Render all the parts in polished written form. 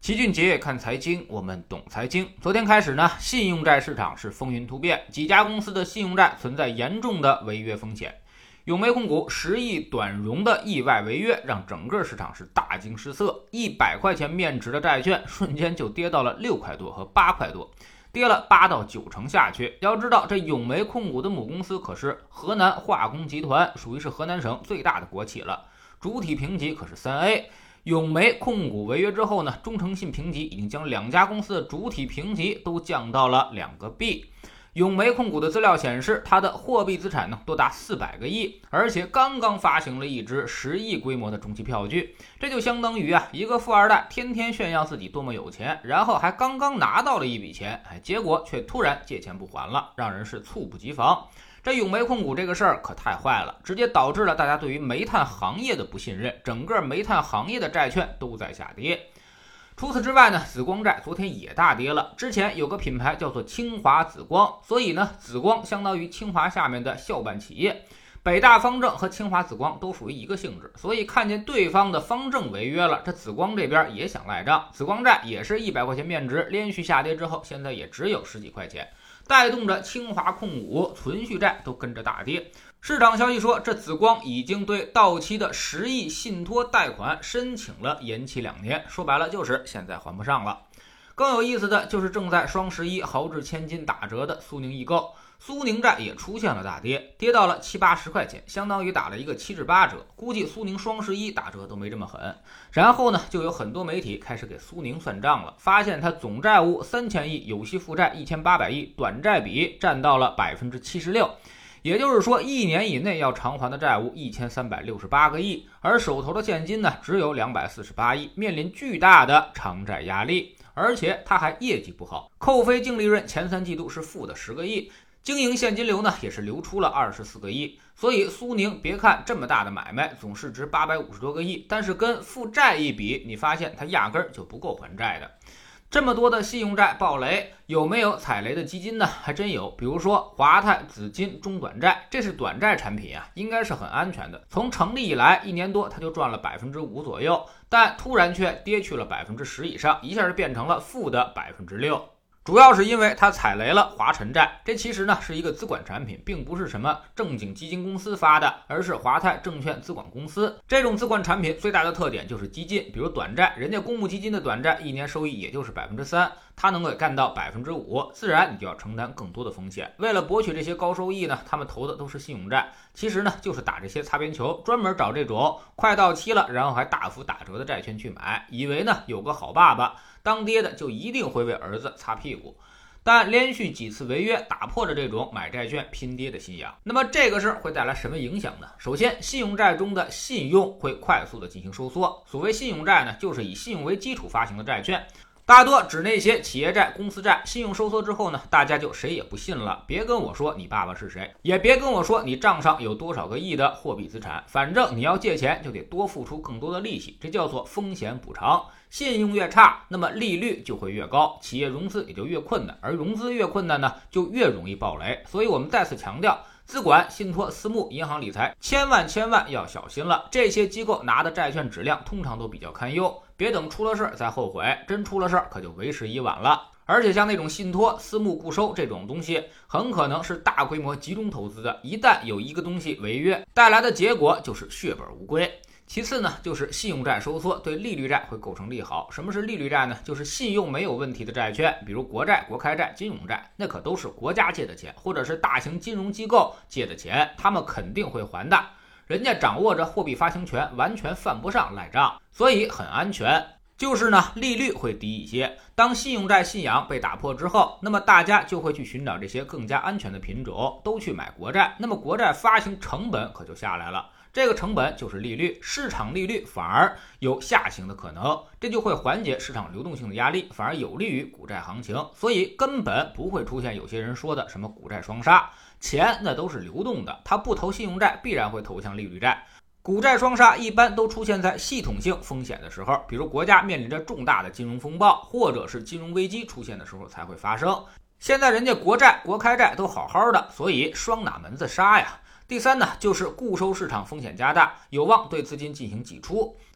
齐俊杰看财经，我们懂财经。昨天开始呢，信用债市场是风云突变，几家公司的信用债存在严重的违约风险。永煤控股10亿短融的意外违约，让整个市场是大惊失色。100块钱面值的债券瞬间就跌到了6块多和8块多，跌了8到9成下去。要知道，这永煤控股的母公司可是河南化工集团，属于是河南省最大的国企了，主体评级可是3A。永煤控股违约之后呢，中诚信评级已经将2家公司的主体评级都降到了2个 B。永煤控股的资料显示，它的货币资产呢多达400个亿，而且刚刚发行了一支10亿规模的中期票据，这就相当于一个富二代天天炫耀自己多么有钱，然后还刚刚拿到了一笔钱，结果却突然借钱不还了，让人是猝不及防。这永煤控股这个事儿可太坏了，直接导致了大家对于煤炭行业的不信任，整个煤炭行业的债券都在下跌。除此之外呢，紫光债昨天也大跌了。之前有个品牌叫做清华紫光，所以呢，紫光相当于清华下面的校办企业。北大方正和清华紫光都属于一个性质，所以看见对方的方正违约了，这紫光这边也想赖账。紫光债也是100块钱面值，连续下跌之后，现在也只有10几块钱，带动着清华控股存续债都跟着大跌。市场消息说，这紫光已经对到期的10亿信托贷款申请了延期2年，说白了就是现在还不上了。更有意思的就是正在双11豪掷千金打折的苏宁易购，苏宁债也出现了大跌，跌到了70、80块钱，相当于打了一个7至8折，估计苏宁双11打折都没这么狠。然后呢，就有很多媒体开始给苏宁算账了，发现它总债务3000亿，有息负债1800亿，短债比占到了76%。也就是说，1年以内要偿还的债务1368个亿，而手头的现金呢只有248亿，面临巨大的偿债压力。而且它还业绩不好，扣非净利润前3季度是负的10个亿，经营现金流呢也是流出了24个亿。所以苏宁别看这么大的买卖，总市值850多个亿，但是跟负债一比，你发现它压根儿就不够还债的。这么多的信用债爆雷，有没有踩雷的基金呢？还真有，比如说华泰紫金中短债，这是短债产品应该是很安全的。从成立以来1年多，它就赚了5%左右，但突然却跌去了10%以上，一下就变成了负的6%。主要是因为它踩雷了华晨债，这其实呢是一个资管产品，并不是什么正经基金公司发的，而是华泰证券资管公司。这种资管产品最大的特点就是激进，比如短债，人家公募基金的短债1年收益也就是3%，它能够干到5%，自然你就要承担更多的风险。为了博取这些高收益呢，他们投的都是信用债，其实呢就是打这些擦边球，专门找这种快到期了然后还大幅打折的债券去买，以为呢有个好爸爸，当爹的就一定会为儿子擦屁股。但连续几次违约打破了这种买债券拼爹的信仰。那么这个事会带来什么影响呢？首先，信用债中的信用会快速的进行收缩。所谓信用债呢，就是以信用为基础发行的债券，大多指那些企业债、公司债。信用收缩之后呢，大家就谁也不信了，别跟我说你爸爸是谁，也别跟我说你账上有多少个亿的货币资产，反正你要借钱就得多付出更多的利息，这叫做风险补偿。信用越差，那么利率就会越高，企业融资也就越困难，而融资越困难呢，就越容易爆雷。所以我们再次强调，资管、信托、私募、银行理财，千万要小心了。这些机构拿的债券质量通常都比较堪忧，别等出了事再后悔，真出了事可就为时已晚了。而且像那种信托、私募固收这种东西，很可能是大规模集中投资的，一旦有一个东西违约，带来的结果就是血本无归。其次呢，就是信用债收缩对利率债会构成利好。什么是利率债呢？就是信用没有问题的债券，比如国债、国开债、金融债，那可都是国家借的钱，或者是大型金融机构借的钱，他们肯定会还的。人家掌握着货币发行权，完全犯不上赖账，所以很安全。就是呢，利率会低一些。当信用债信仰被打破之后，那么大家就会去寻找这些更加安全的品种，都去买国债，那么国债发行成本可就下来了。这个成本就是利率，市场利率反而有下行的可能，这就会缓解市场流动性的压力，反而有利于股债行情，所以根本不会出现有些人说的什么股债双杀，钱那都是流动的，他不投信用债必然会投向利率债。股债双杀一般都出现在系统性风险的时候，比如国家面临着重大的金融风暴，或者是金融危机出现的时候才会发生。现在人家国债、国开债都好好的，所以双哪门子杀呀？第三呢，就是固收市场风险加大，有望对资金进行挤出。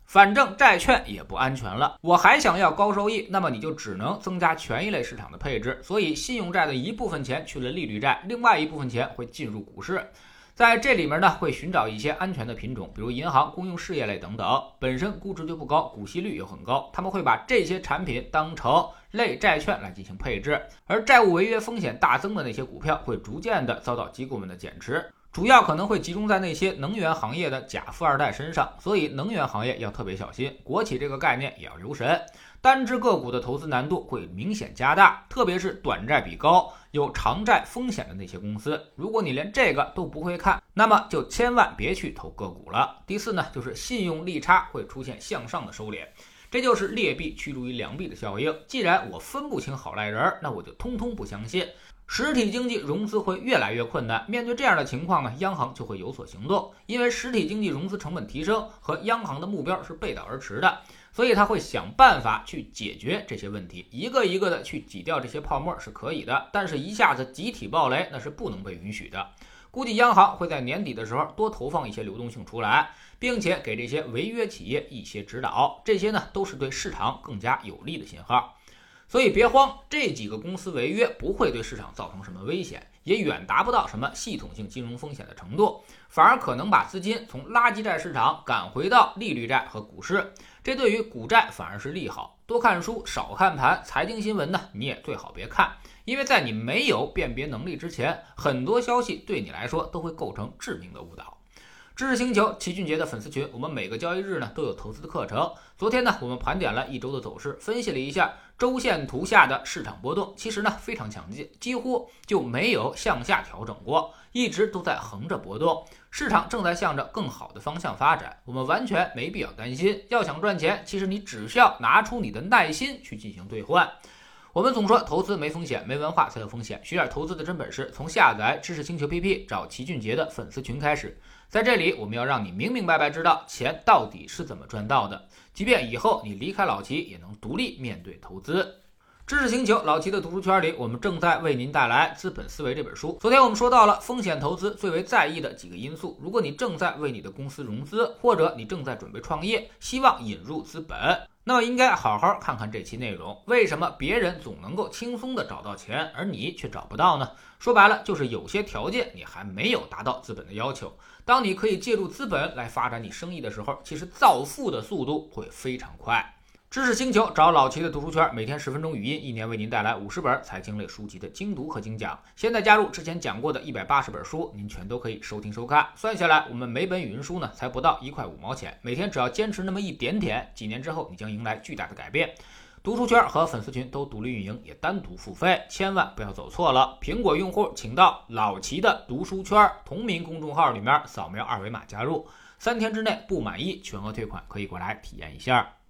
反正债券也不安全了，我还想要高收益，那么你就只能增加权益类市场的配置。所以信用债的一部分钱去了利率债，另外一部分钱会进入股市。在这里面呢，会寻找一些安全的品种，比如银行、公用事业类等等，本身估值就不高，股息率又很高，他们会把这些产品当成类债券来进行配置。而债务违约风险大增的那些股票会逐渐的遭到机构们的减持，主要可能会集中在那些能源行业的假富二代身上，所以能源行业要特别小心，国企这个概念也要留神。单只个股的投资难度会明显加大，特别是短债比高、有偿债风险的那些公司，如果你连这个都不会看，那么就千万别去投个股了。第四呢，就是信用利差会出现向上的收敛，这就是劣币驱逐于良币的效应。既然我分不清好赖人，那我就通通不相信。实体经济融资会越来越困难，面对这样的情况呢，央行就会有所行动，因为实体经济融资成本提升和央行的目标是背道而驰的，所以他会想办法去解决这些问题，一个一个的去挤掉这些泡沫是可以的，但是一下子集体暴雷那是不能被允许的。估计央行会在年底的时候多投放一些流动性出来，并且给这些违约企业一些指导，这些呢都是对市场更加有利的信号。所以别慌，这几个公司违约不会对市场造成什么危险，也远达不到什么系统性金融风险的程度，反而可能把资金从垃圾债市场赶回到利率债和股市，这对于股债反而是利好。多看书，少看盘，财经新闻呢你也最好别看，因为在你没有辨别能力之前，很多消息对你来说都会构成致命的误导。知识星球齐俊杰的粉丝群，我们每个交易日呢都有投资的课程。昨天呢，我们盘点了一周的走势，分析了一下周线图下的市场波动，其实呢非常强劲，几乎就没有向下调整过，一直都在横着波动。市场正在向着更好的方向发展，我们完全没必要担心。要想赚钱，其实你只需要拿出你的耐心去进行兑换。我们总说投资没风险，没文化才有风险。学点投资的真本事，从下载知识星球 PP 找齐俊杰的粉丝群开始。在这里，我们要让你明明白白知道钱到底是怎么赚到的，即便以后你离开老齐，也能独立面对投资。知识星球老齐的读书圈里，我们正在为您带来《资本思维》这本书。昨天我们说到了风险投资最为在意的几个因素。如果你正在为你的公司融资，或者你正在准备创业，希望引入资本，那么应该好好看看这期内容。为什么别人总能够轻松的找到钱，而你却找不到呢？说白了，就是有些条件你还没有达到资本的要求。当你可以借助资本来发展你生意的时候，其实造富的速度会非常快。知识星球找老齐的读书圈，每天10分钟语音，一年为您带来50本财经类书籍的精读和精讲。现在加入之前讲过的180本书，您全都可以收听收看。算下来，我们每本语音书呢才不到1块5毛钱，每天只要坚持那么一点点，几年之后你将迎来巨大的改变。读书圈和粉丝群都独立运营，也单独付费，千万不要走错了。苹果用户请到老齐的读书圈同名公众号里面扫描2维码加入，3天之内不满意全额退款，可以过来体验一下。